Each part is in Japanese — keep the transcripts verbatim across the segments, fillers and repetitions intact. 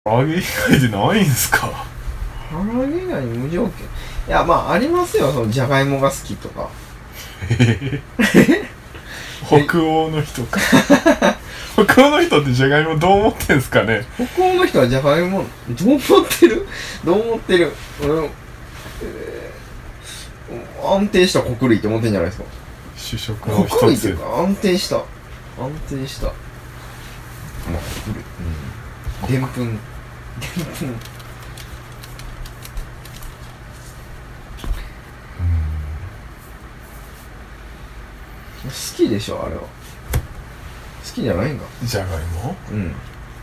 唐揚げ以外でないんすか？ 唐揚げ以外に無条件。いや、まあありますよ、そのじゃがいもが好きとか。 えー、北欧の人か。北欧の人ってじゃがいもどう思ってんすかね？ 北欧の人はじゃがいもどう思ってるどう思ってる俺、えー、安定した穀類って思ってんじゃないですか。 主食の一つ。 穀類っていうか安定した安定したまあ穀類、うん、でんぷんでんぷん好きでしょあれは。好きじゃないんか。 じゃがいも？ うん。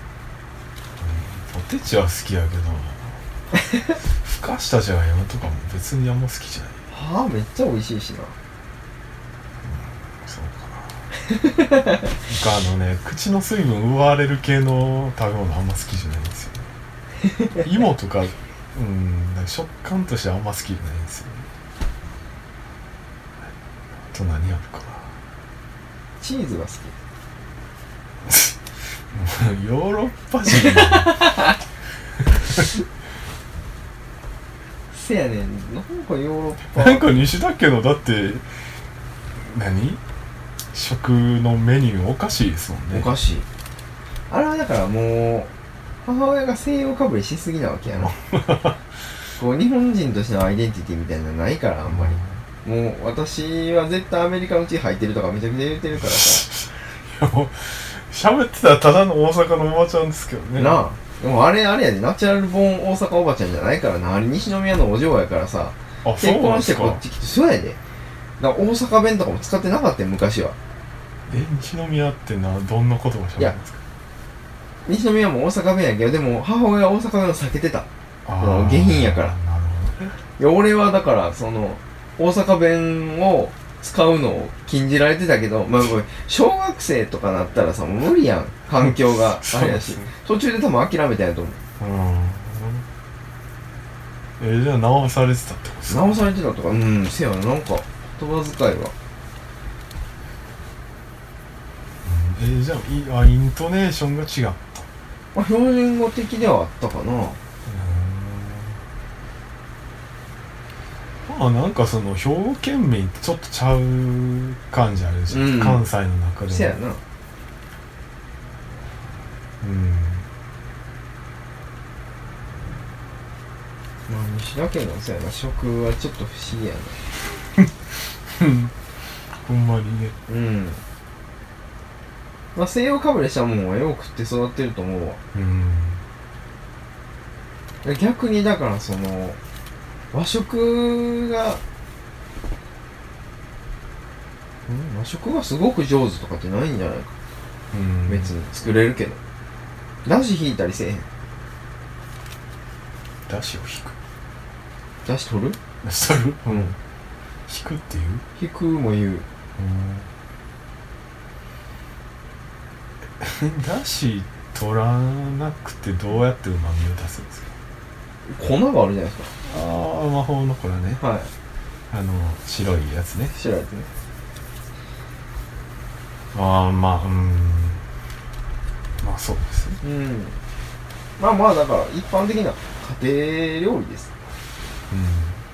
ポテチは好きやけどふかしたじゃがいもとかも別にあんま好きじゃない。 はあ、めっちゃ美味しいしな。 そうかな。なんかあのね、口の水分奪われる系の食べ物あんま好きじゃないんですよね。芋とか、うん、なんか食感としてあんま好きじゃないんですよね。あと何あるかな。 チーズが好き。 ヨーロッパ人せやねん、なんかヨーロッパなんか西田家のだって何食のメニューおかしいですもんね。 おかしい。あれはだからもう母親が西洋かぶりしすぎなわけやな。こう日本人としてのアイデンティティみたいなのないからあんまり。もう私は絶対アメリカの血入ってるとかめちゃくちゃ言ってるからさ。 いやもう喋ってたらただの大阪のおばちゃんですけどね。 なあ。でもあれあれやで、ナチュラルボーン大阪おばちゃんじゃないからな。あれ西宮のお嬢やからさ。 あ、 結婚してこっち来て、そうやで。だから大阪弁とかも使ってなかったよ昔は。 え、西宮ってな、どんな言葉喋るんですか？ 西宮も大阪弁やけど、でも母親は大阪弁を避けてた。 あ下品やから。 なるほどね。 いや俺はだからその大阪弁を使うのを禁じられてたけど、まあ、小学生とかなったらさもう無理やん、環境があれやし、ね、途中で多分諦めたんやと思う。 うん。えー、じゃあ直されてたってことですか？ 直されてたとか、うんせやな、なんか言葉遣いは、 うん、えー、じゃあ、いあイントネーションが違った。 まあ、標準語的ではあったかな。 まあなんかその兵庫県民ってちょっとちゃう感じあるじゃん、うん、関西の中でも。 せやな。 うん。 まあ西田家のせやな食はちょっと不思議やな。ほんまにね。 うん。まあ西洋かぶれしたもんはよく食って育ってると思うわ。うん。逆にだからその和食が、ん和食がすごく上手とかってないんじゃないか。うん。別に作れるけど。だし引いたりせえへん。 だしを引く。 だし取る？ だし取る？ うん。引くっていう？ 引くも言う。 うん。だし取らなくてどうやって旨味を出すんですか？ 粉があるじゃないですか。 ああ、魔法の粉ね。 はい。 あの白いやつね。 白いやつね。 ああ、まあ、うん。まあそうですね。 うん。まあまあだから一般的な家庭料理です。うん。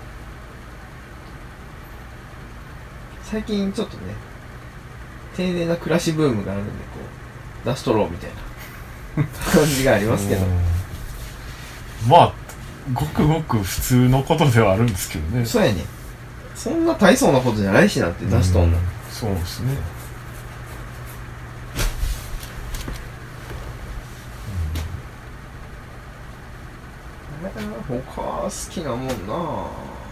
最近ちょっとね、丁寧な暮らしブームがあるんで、こう出しとろうみたいな感じがありますけど。 まあごくごく普通のことではあるんですけどね。 そうやね。そんな大層なことじゃないしなって出しとんの。 そうですね。 他好きなもんな。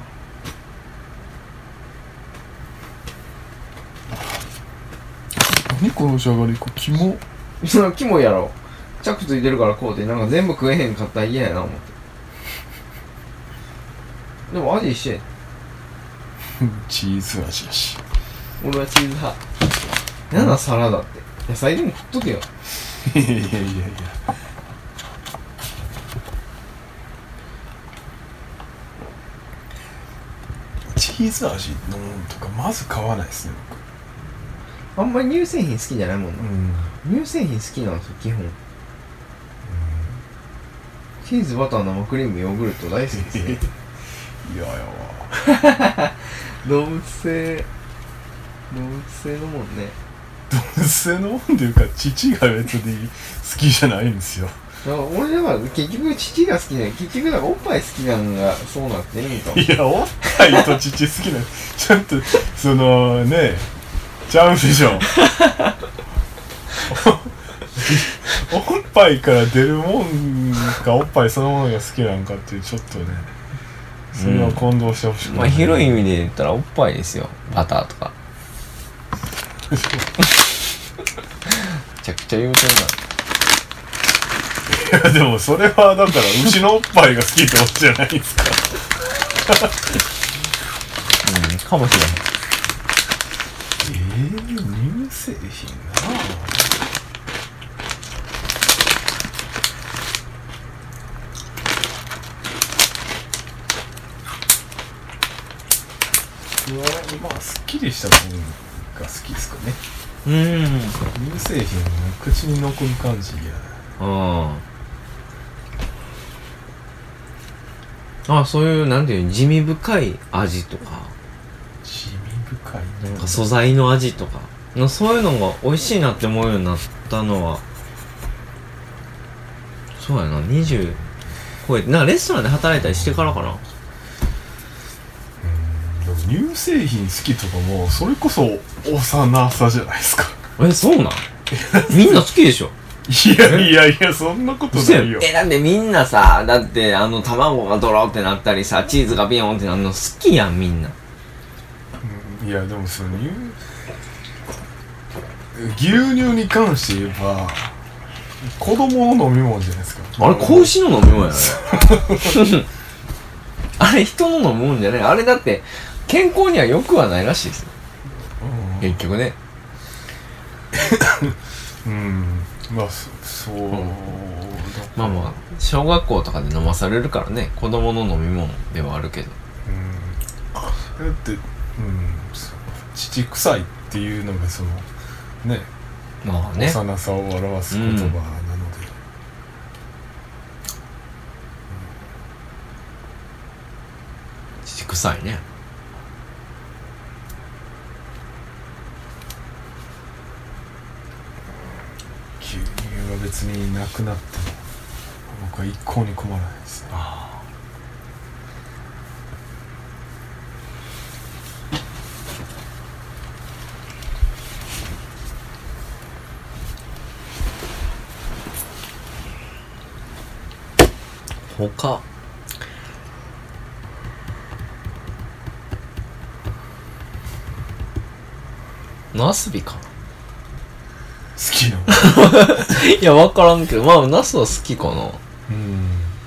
何このじゃがりこ、キモ。 そのキモやろ。チャックついてるからこうてなんか全部食えへんかったら嫌やな思って。でも味一緒や。 チーズ味やし。 俺はチーズ派。なんだサラダって。野菜でも食っとけよ。 いやいやいやいや。チーズ味のものとかまず買わないですね僕。あんまり乳製品好きじゃないもんな、うん、乳製品好きなんですよ基本、 チーズバター生クリームヨーグルト大好きですねいややわ動物性動物性のもんね。 動物性のもんっていうか父が別に好きじゃないんですよ。 だから俺は結局父が好きなの。結局だからおっぱい好きなのがそうなってるんかも。 いやおっぱいと父好きなちょっとそのねちゃうでしょおっぱいから出るもんかおっぱいそのものが好きなんかっていうちょっとねそれは混同してほしくない、 まあ広い意味で言ったらおっぱいですよ。バターとかめちゃくちゃ言うてるいやでもそれはだから牛のおっぱいが好きってことじゃないですかな。うんかもしれない。 えー、乳製品な僕はまあすっきりしたものが好きですかね。 うん乳製品の口に残る感じやあああそういうなんていう地味深い味とか地味深いなんか素材の味とかのそういうのが美味しいなって思うようになったのはそうやなにじゅう超えてなんかレストランで働いたりしてからかな。 うんでも乳製品好きとかもそれこそ幼さじゃないですか。 えそうなんみんな好きでしょ。 いやいやいやそんなことないよ。 えだってみんなさだってあの卵がドロってなったりさチーズがビヨンってなるの好きやんみんな。 うん、いやでもその乳牛乳に関して言えば子供の飲み物じゃないですか。 あれ子牛の飲み物やねあれ人の飲み物じゃない。あれだって健康には良くはないらしいですよ、 うん、 結局ねうんまあそそう、うん、 まあまあ小学校とかで飲まされるからね子供の飲み物ではあるけど、 うん、だって、うん、乳臭いっていうのがそのねまあね幼さを表す言葉なので、うん乳臭いね。 牛乳が別になくなっても僕は一向に困らないですね。あ他ナスビかな好きなのいや分からんけどまあナスは好きかな。 うん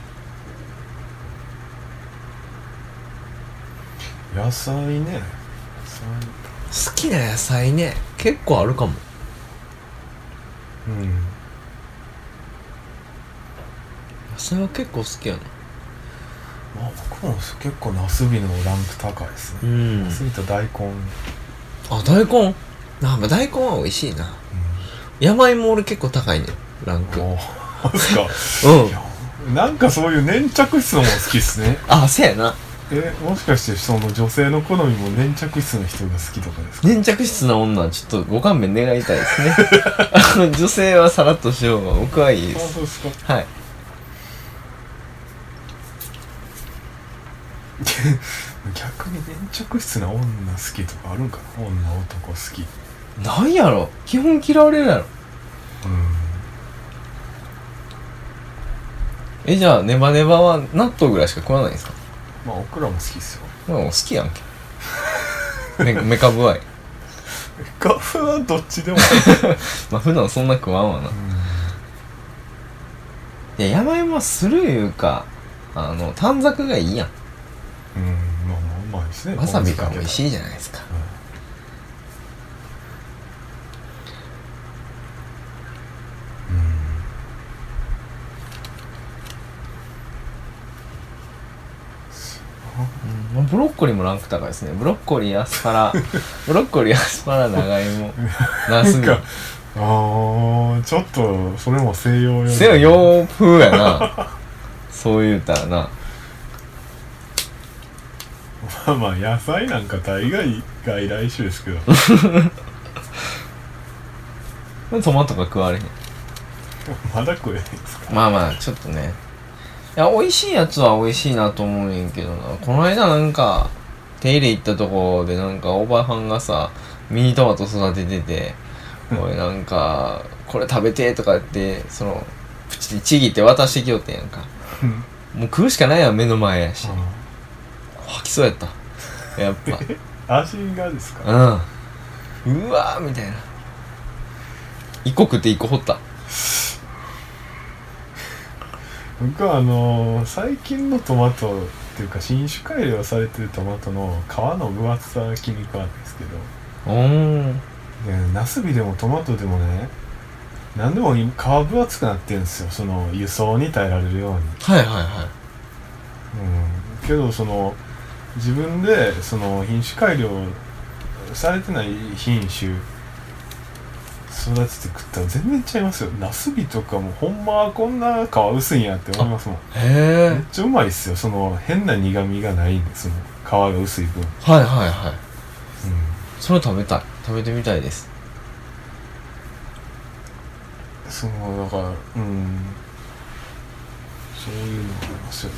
野菜ね野好きな野菜ね結構あるかも。 うん野菜は結構好きやな。 まあ僕も結構ナスビのランク高いですね。 うんナスビと大根。 あ大根あ、まあ、大根は美味しいな、うん、山芋俺結構高いねランク。 おーですかうんなんかそういう粘着質のもの好きっすねあ、そうやな。 え、もしかしてその女性の好みも粘着質の人が好きとかですか。 粘着質な女はちょっとご勘弁願いたいですね女性はさらっとしようが僕はいいです。 あ、そうですか。 はい逆に粘着質な女好きとかあるんかな。女男好きなんやろ基本嫌われるやろ。うんえじゃあネバネバは納豆ぐらいしか食わないんですか。 まあ僕らも好きっすよ。 まあ好きやんけめメカブアイメカブはどっちでもまあ普段そんな食わんわな。いや山芋はするいうかあの短冊がいいやん。 うん、まあまあうまいですね。 わさびが美味しいじゃないですか。うん、うん、ブロッコリーもランク高いですね。ブロッコリーアスパラブロッコリーアスパラ長芋ナスビ。ああちょっとそれも西洋よ。 西洋風やなそう言うたらな。 まあまあ野菜なんか大概外来種ですけどトマトが食われへん。 まだ食えないですか。 まあまあちょっとね、いや美味しいやつは美味しいなと思うねんけどな。この間なんか手入れ行ったとこでなんかおばはんがさミニトマト育ててておいなんかこれ食べてとか言ってそのプチちぎって渡してきよってんやんかもう食うしかないやん目の前やし吐きそうやったやっぱ味がですか。 うんうわーみたいな一個食って一個掘った。 僕はあのー、最近のトマトっていうか新種改良されてるトマトの皮の分厚さが気に食わないんですけど、 おーでナスビでもトマトでもね何でも皮分厚くなってるんですよ、その輸送に耐えられるように。 はいはいはい。 うん、けどその自分でその品種改良されてない品種育てて食ったら全然ちゃいますよ。ナスビとかもほんまはこんな皮薄いんやって思いますもん。 へえ。 めっちゃうまいっすよ。その変な苦味がないんで、その皮が薄い分。 はいはいはい。 うん、 それ食べたい。食べてみたいです。 そのだからうんそういうのありますよね。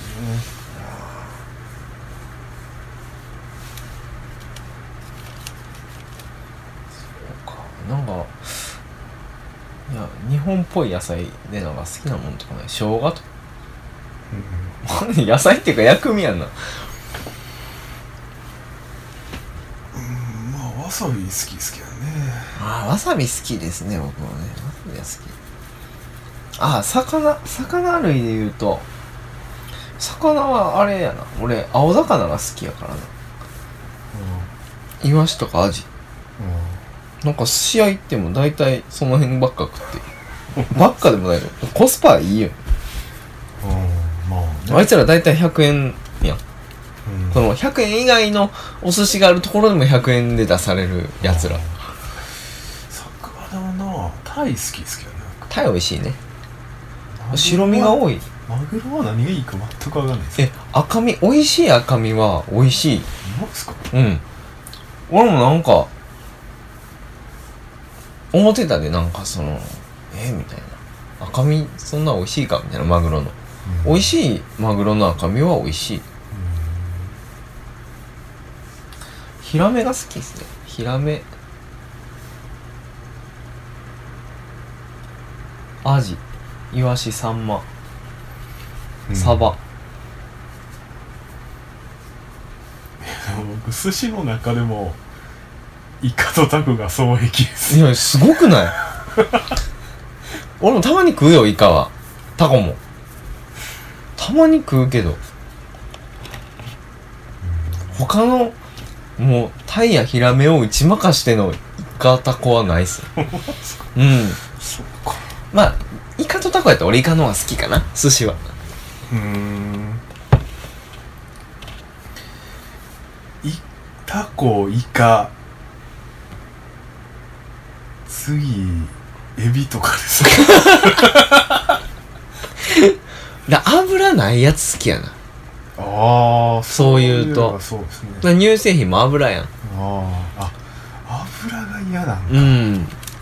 そうか。なんかいや日本っぽい野菜でなんか好きなもんとかね、生姜とか、うん、野菜っていうか薬味やんな。 うんまあわさび好きですけどね。 ああわさび好きですね僕もね。わさびは好き。ああ魚魚類で言うと魚はあれやな、俺青魚が好きやからな。イワシとかアジ、うん、なんか寿司屋行っても大体その辺ばっか食ってばっかでもないのコスパいいよ、 うんまあね、 あいつら大体ひゃくえんやん、うん、そのひゃくえん以外のお寿司があるところでもひゃくえんで出されるやつら。 魚はなタイ好きですけどね。 タイ美味しいね。白身が多い。 マグロは何がいいか全く分かんないです。 え赤身美味しい赤身は美味しい。 何ですか。 うん俺もなんか思ってたで、なんかそのえみたいな、赤身そんな美味しいかみたいな、マグロの、うん、美味しいマグロの赤身は美味しい、うん、ヒラメが好きですね。ヒラメ、アジ、イワシ、サンマ、サバ、 うん、僕寿司の中でもイカとタコが双璧です。 いやすごくない俺もたまに食うよイカは、タコもたまに食うけど、他のもうタイやヒラメを打ち負かしてのイカタコはないっすようんそっか。 まあイカとタコやったら俺イカの方が好きかな、寿司は。 うーんイタコイカ次エビとかですだ油ないやつ好きやな。 ああそういうとそうですね。 乳製品も油やん。 ああ油が嫌なんだ。 うん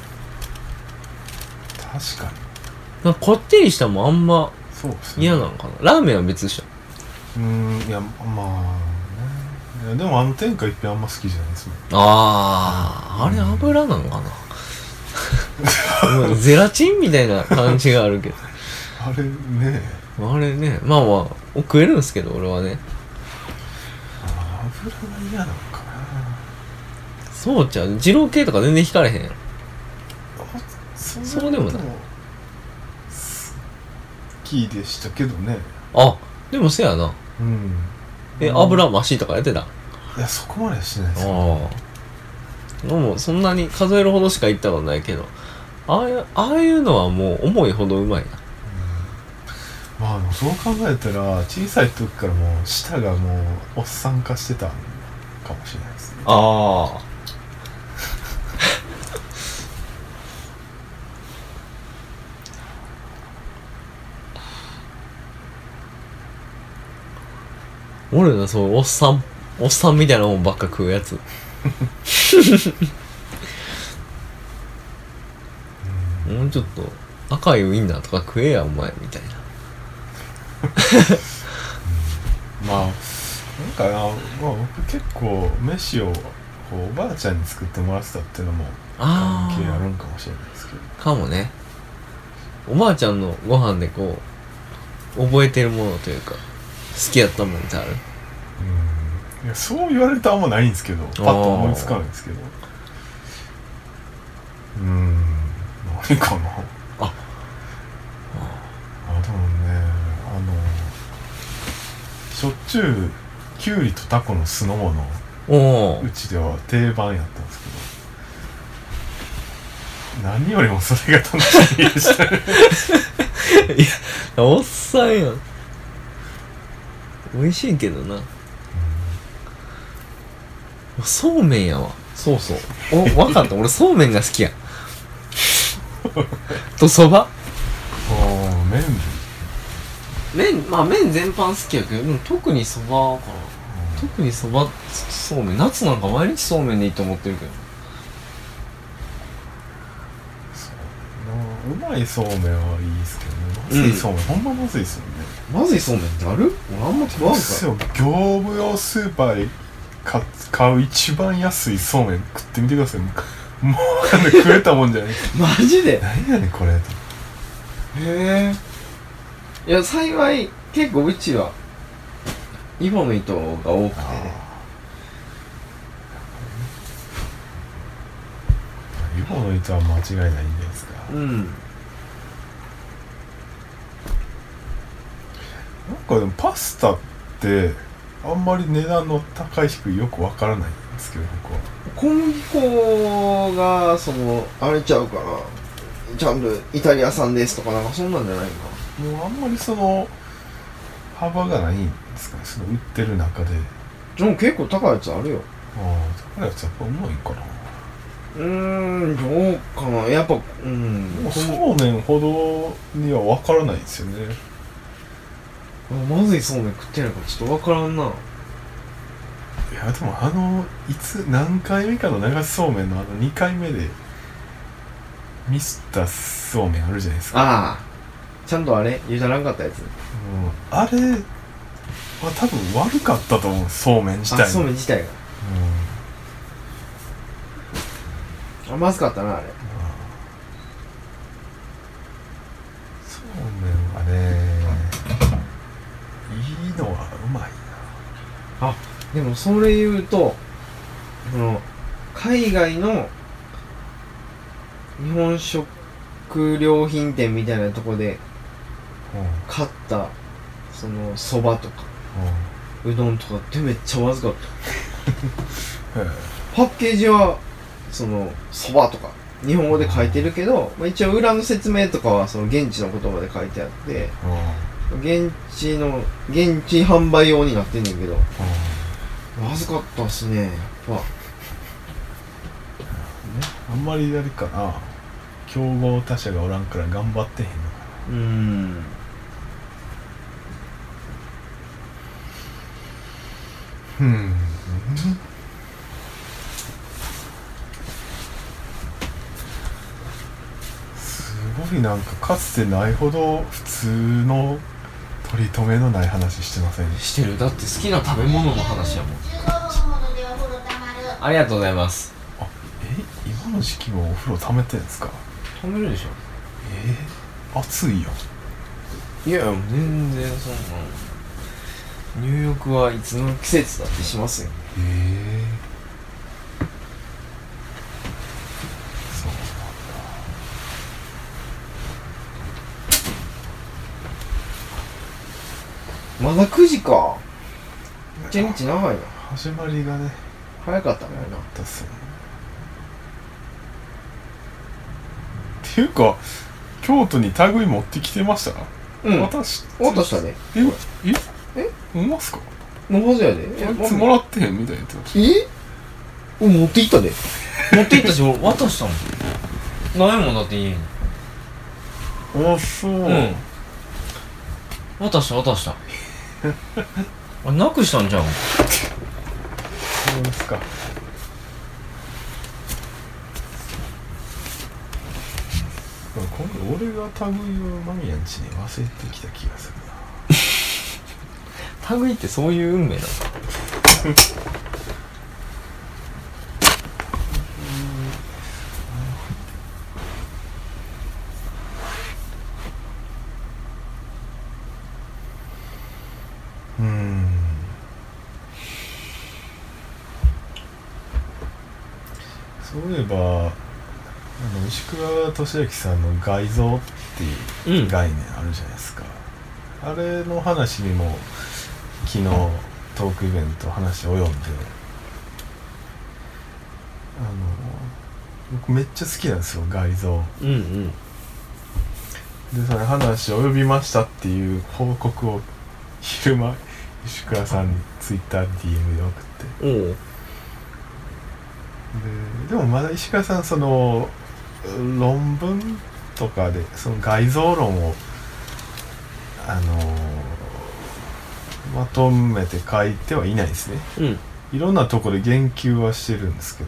確かに。 なんかこってりしたもんあんまそうですね。 嫌なのかな。ラーメンは別でしょ。 うーんいやまあね、いやでもあの天下一品あんま好きじゃないですもん。 ああ、うん、あれ油なのかなもうゼラチンみたいな感じがあるけどあれねあれねまあまあ食えるんですけど俺はね。 あ油が嫌なのかな。 そうちゃう、二郎系とか全然引かれへん。 そそうでもない。好きでしたけどね。 あでもせやな。 うんえ油増しとかやってた。 いやそこまではしてないですよ。 ああでもそんなに数えるほどしか行ったことないけど、ああいう、ああいうのはもう思いほどうまいな。 まあ、あのそう考えたら小さい時からもう舌がもうおっさん化してたかもしれないですね。 ああ俺らそうおっさんおっさんみたいなもんばっか食うやつもうちょっと赤いウインナーとか食えやお前みたいなまあなんかな、まあ、僕結構飯をこうおばあちゃんに作ってもらってたっていうのも関係あるんかもしれないですけど。 かもね。おばあちゃんのご飯でこう覚えてるものというか好きやったもんってある？ うん、いやそう言われるとあんまないんですけど、パッと思いつかないんですけど、うーん何かな。 ああでもね、あのしょっちゅうきゅうりとタコの酢の物おうちでは定番やったんですけど、何よりもそれが楽しみでしたねいやおっさんやん。美味しいけどな、うん、そうめんやわ。そうそう、お分かった俺そうめんが好きやとそば。 あ麺麺、まあ麺全般好きやけど、でも特にそばかな、うん、特にそばそうめん、夏なんか毎日そうめんでいいと思ってるけど。 うまいそうめんはいいですけどね。まずいそうめん、うん、ほんままずいですよね。 まずいそうめんってある？俺あんま食わんから。 業務用スーパーで買う一番安いそうめん食ってみてください。もう食えたもんじゃないマジで？ 何やねんこれ。へえ。いや幸い結構うちはイボの糸が多くてね。 イボの糸は間違いないんじゃないですか。 うん。なんかでもパスタってあんまり値段の高い低いよくわからないんですけど、僕は小麦粉がそのあれちゃうからちゃんとイタリア産ですとかなんかそんなんじゃないかな。もうあんまりその幅がないんですかね、その売ってる中で。 でも結構高いやつあるよ。 ああ、高いやつやっぱうまいんかな。 うーん、どうかな、やっぱ、うん。 そうめんほどには分からないですよね。 まずいそうめん食ってないからちょっと分からんな。 いやでもあのいつ何回目かの流しそうめんのあのにかいめでミスったそうめんあるじゃないですか。 ああ、ちゃんとあれゆだらんかったやつ。 うん、あれは多分悪かったと思う、そうめん自体。 あ、そうめん自体が。うん、あ、まずかったなあれ。 そうめんはね、いいのはうまいな。 あ、でもそれ言うと、この海外の日本食料品店みたいなとこで買ったそのそばとか、うん、うどんとかってめっちゃまずかったパッケージはそのそばとか日本語で書いてるけど、まあ、一応裏の説明とかはその現地の言葉で書いてあって、現地の現地販売用になってんねんけど、まずかったっすね、やっぱ。 あんまりあれかな、競合他社がおらんから頑張ってへんのかな。 うーん。 うん。すごいなんかかつてないほど普通の取り留めのない話してません？ してる。だって好きな食べ物の話やもん。ありがとうございます。 あ、え、今の時期もお風呂溜めてんですか？ 溜めるでしょ。 えー、暑いよ。 いや全然そんな、入浴はいつの季節だってしますよ。 へえー、そうなんだ。まだくじか。一日長いな。 始まりがね早かったね。 早かったっすね。っていうか京都に類持ってきてました？ うん、 渡し渡したね。 えええほんますか？ のはずやで。 あいつもらってへんみたいに言ってました。 え？持っていったで。持っていったし俺渡したもん。ないもんだって家に。 あ、そう、うん、 渡した渡したあ、なくしたんじゃん。 そうですか。今度俺がタグイをマミヤんちに忘れてきた気がするな。 タグイってそういう運命なの？ うーん。そういえばあの石倉俊明さんの外像っていう概念あるじゃないですか、うん、あれの話にも昨日トークイベント話及んで、あの僕めっちゃ好きなんですよ外像。 うんうん。 でその話及びましたっていう報告を昼間石倉さんにツイッター ディーエム で送って、 おう。 で, でもまだ石川さんその論文とかでその概像論をあのまとめて書いてはいないですね、うん、いろんなところで言及はしてるんですけ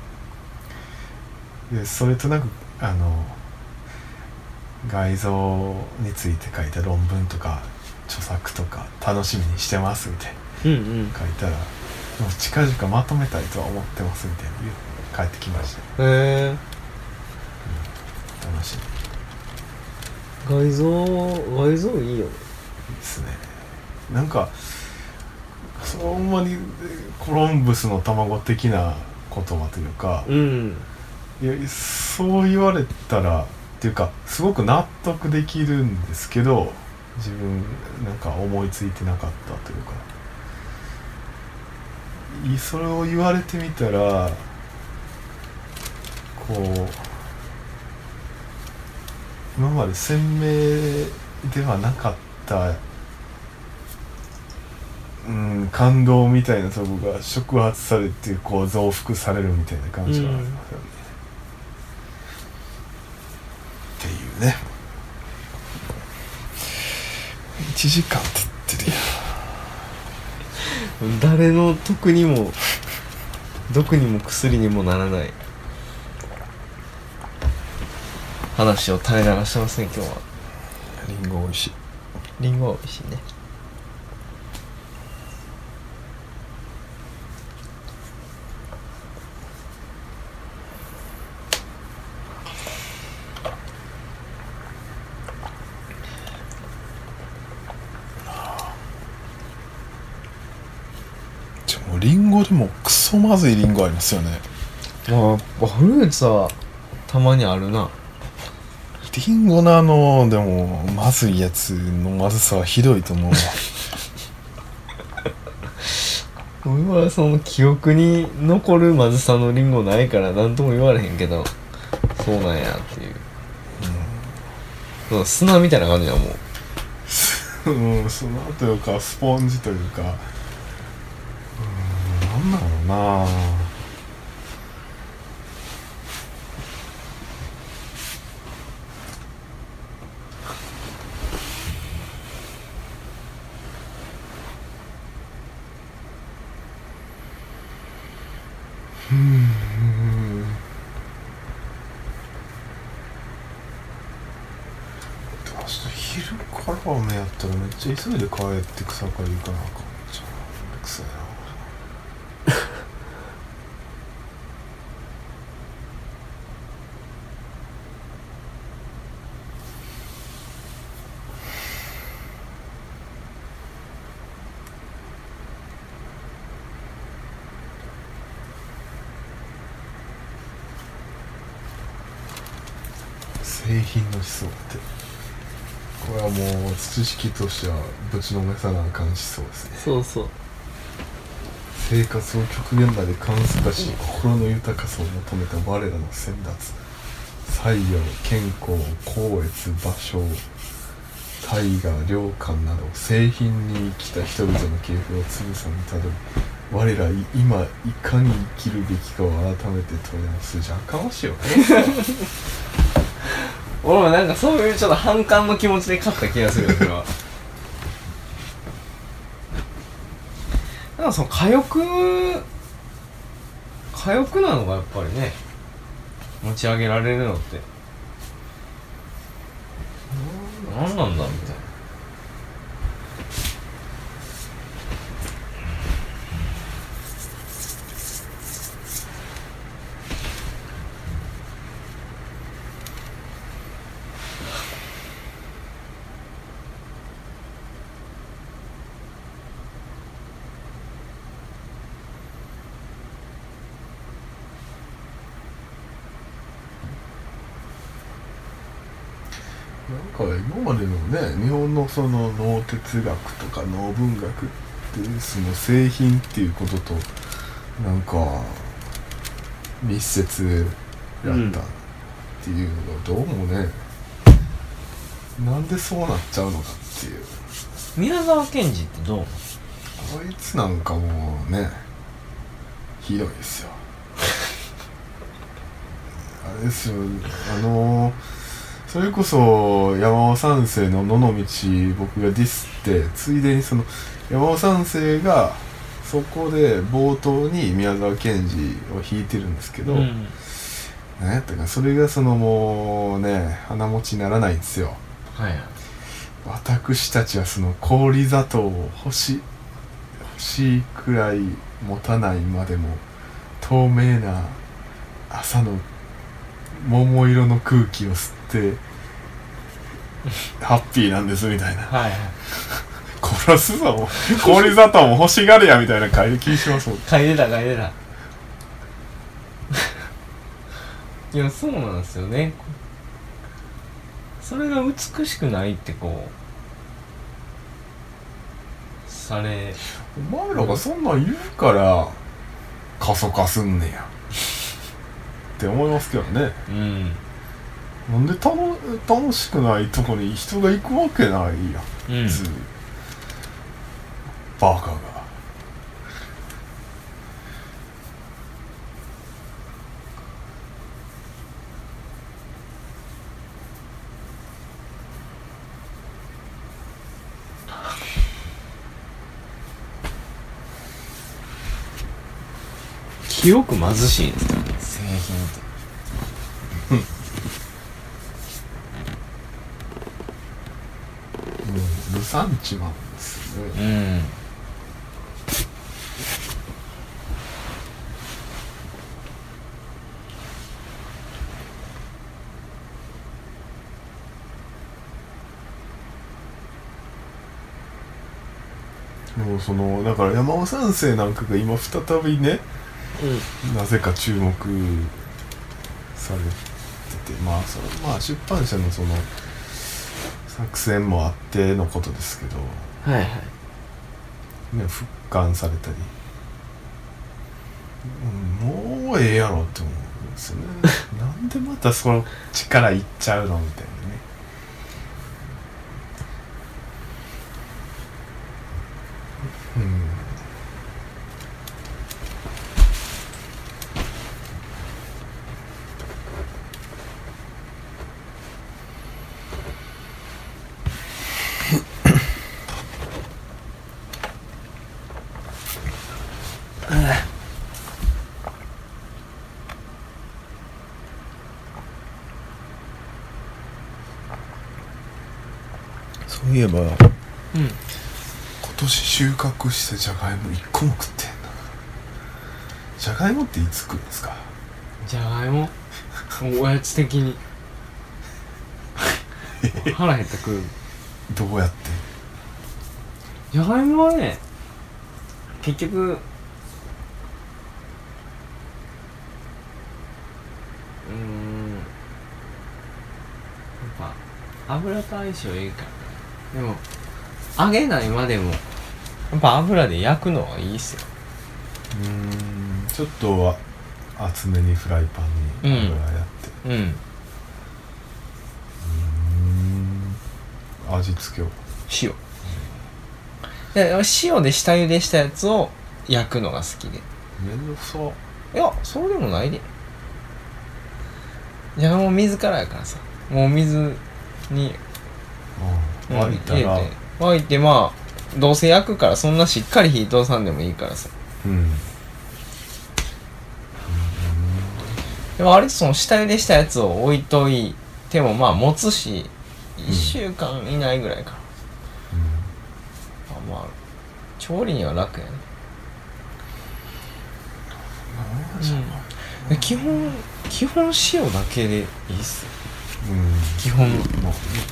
ど、でそれとなくあの概像について書いた論文とか著作とか楽しみにしてますみたいな、うんうん、書いたらもう近々まとめたいとは思ってますみたいな帰ってきました。 へえ、うん、 楽しみ。外像外像いいよね。いいですね。なんかほんまにコロンブスの卵的な言葉というか、うん、いやそう言われたらっていうかすごく納得できるんですけど、自分なんか思いついてなかったというか、それを言われてみたらこう今まで鮮明ではなかった、うん、感動みたいなとこが触発されてこう増幅されるみたいな感じがありますよね、うん、っていうね。いちじかん経ってるやん。 誰の得にも毒にも薬にもならない話を垂れ流してますね今日は。 リンゴ美味しい。 リンゴは美味しいね。 じゃあもうリンゴでもクソまずいリンゴありますよね。 まあフルーツはたまにあるな。 リンゴのあのでもまずいやつのまずさはひどいと思うわ。 俺はその記憶に残るまずさのリンゴないから何とも言われへんけど、そうなんやっていう、うん、砂みたいな感じだもう。 うん、砂というかスポンジというか、うん、なんだろうな。うん、明日昼から雨やったらめっちゃ急いで帰って草刈り行かなあかんじゃん。めんどくさいな。製品の思想ってこれはもう知識としてはぶちのめさなあかん思想ですね。 そうそう。 生活を極限まで簡素化し、心の豊かさを求めた我らの先達、西洋、健康、光悦、芭蕉、大河、良寛など製品に生きた人々の系譜をつぶさにたどり、我ら今いかに生きるべきかを改めて問い直す。じゃあかましいよね。 俺もなんかそういうちょっと反感の気持ちで勝った気がするよそれは。 なんかその火力火力なのがやっぱりね持ち上げられるのってなんなんだみたいな。 なんか今までのね日本のその脳哲学とか脳文学っていうその製品っていうこととなんか密接やったっていうのがどうもね、うん、なんでそうなっちゃうのかっていう。 宮沢賢治ってどう？ あいつなんかもうねひどいですよあれですよ、あのそれこそ山尾三世の野の道僕がディスってついでにその山尾三世がそこで冒頭に宮沢賢治を弾いてるんですけど、うん、何やったかそれがそのもうね鼻持ちにならないんですよ、 はい、 私たちはその氷砂糖を欲し欲しいくらい持たないまでも透明な朝の桃色の空気を吸ってハッピーなんですみたいな、 はいはい、 殺すぞ氷砂糖も欲しがれやみたいな書いて気しますもん。 書いてた書いてたいやそうなんですよね。それが美しくないってこうされお前らがそんなん言うから過疎化すんねやって思いますけどね、 うん、 なんで楽楽しくないとこに人が行くわけないやん、普通、うん、バカが。 広く貧しいんですよね製品ってル産地なんですよね、うん、もうそのだから山尾三世なんかが今再びね、うん、なぜか注目されてて、まあそのまあ出版社のその作戦もあってのことですけど、 はいはいね、復刊されたり、うん、もうええやろって思うんですよねなんでまたその力いっちゃうのみたいなね。うんそういえば、うん、今年収穫したじゃがいもいっこも食ってんな。じゃがいもっていつ食うんですか？ じゃがいもおやつ的に腹減った食う。 どうやって？ じゃがいもはね結局うーんやっぱ油と相性いいからね。でも揚げないまでもやっぱ油で焼くのはいいっすよ。 うーんちょっと厚めにフライパンに油やって、うん、うんうーん味付けを塩、で塩で下茹でしたやつを焼くのが好きで。 めんどくさ。 いやそうでもないで。じゃがいも水からやからさ、もう水に沸いたら沸いてまあどうせ焼くからそんなしっかり火通さんでもいいからさ。 うんでもあれその下茹でしたやつを置いといてもまあ持つし、いっしゅうかん以内ぐらいかな、うん、あまあ調理には楽やね。うん、基本基本塩だけでいいっすよ、うん、基本の、まあ、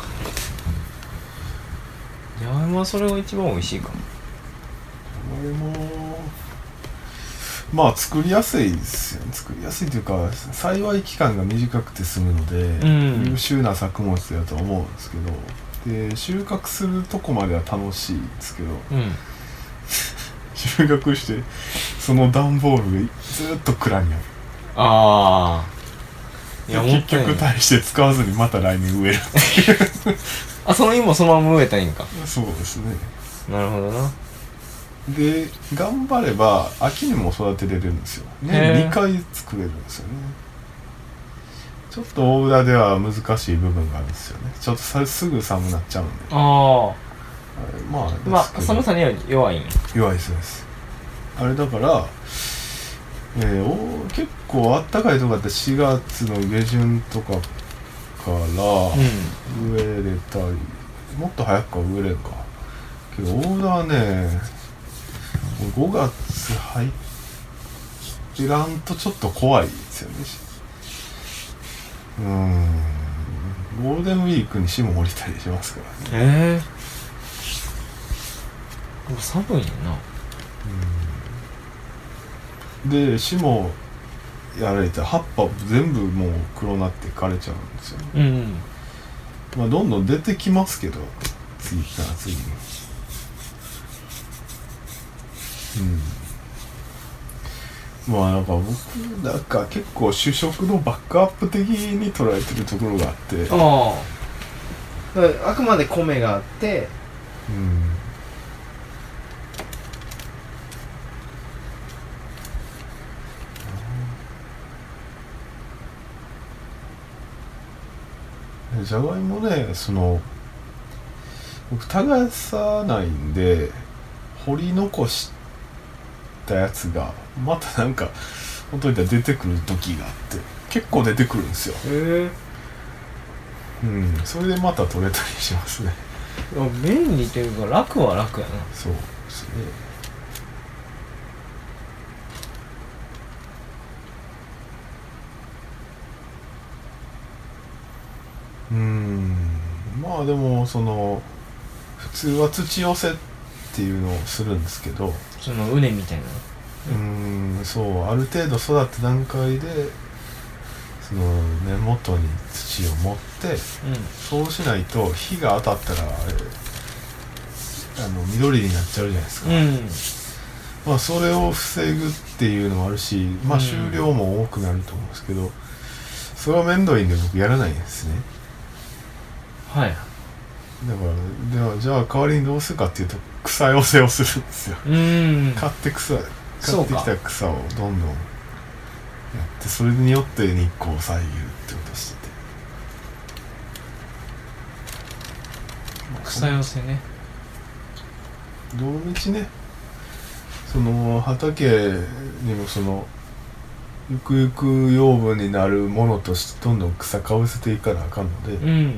じゃがいもはそれが一番美味しいかも。 じゃがいもまあ作りやすいですよね。作りやすいというか栽培期間が短くて済むので、うん、優秀な作物だと思うんですけど、で収穫するとこまでは楽しいんですけど、うん、収穫してその段ボールがずっと蔵にある。ああ。いや結局大して使わずにまた来年植えるっていうあ、その芋そのまま植えたらいいんか。 そうですね。 なるほどな。 で頑張れば秋にも育てれるんですよ。年にかい作れるんですよね。ちょっと大浦では難しい部分があるんですよね。ちょっとさすぐ寒くなっちゃうんで。ああ。まあ、 まあ、寒さには弱いんや。 弱いですですあれだから、えー、お結構あったかいとこだったらしがつの下旬とかから植えれたり、うん、もっと早くから植えれるかけど大浦はねごがつ入ってらんとちょっと怖いですよね。うーんゴールデンウィークに霜降りたりしますからね。ええー、寒いんやな。 うんで霜やられたら葉っぱ全部もう黒なって枯れちゃうんですよね。うん、まあどんどん出てきますけど次から次に。うん、まあなんか僕なんか結構主食のバックアップ的に捉えてるところがあって、ああだからあくまで米があって、 うん、じゃがいもねその僕耕さないんで掘り残したやつがまたなんか本当に出てくる時があって結構出てくるんですよ。へえ。うんそれでまた取れたりしますね。 便利というか楽は楽やな。 そうですね。うんまあでもその普通は土寄せっていうのをするんですけど、 その畝みたいな、 うーんそうある程度育った段階でその根元に土を持って、うん、そうしないと火が当たったらあれあの緑になっちゃうじゃないですか、うん、まあそれを防ぐっていうのもあるし、まあ収量も多くなると思うんですけど、それは面倒いんで僕やらないんですね。はい。だからではじゃあ代わりにどうするかっていうと草寄せをするんですよ。うん買って草買ってきた草をどんどんやってそれによって日光を遮るってことをしてて、 まあ、草寄せねどの道ねその畑にもそのゆくゆく養分になるものとしてどんどん草かぶせていかなあかんので、うん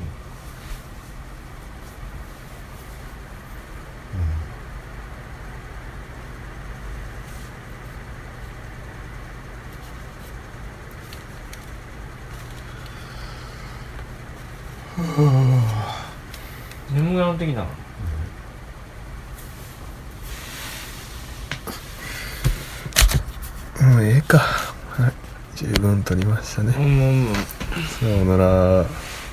眠くなってきたな。 もうええか、はい、十分取りましたね。うんうんうん、さようなら。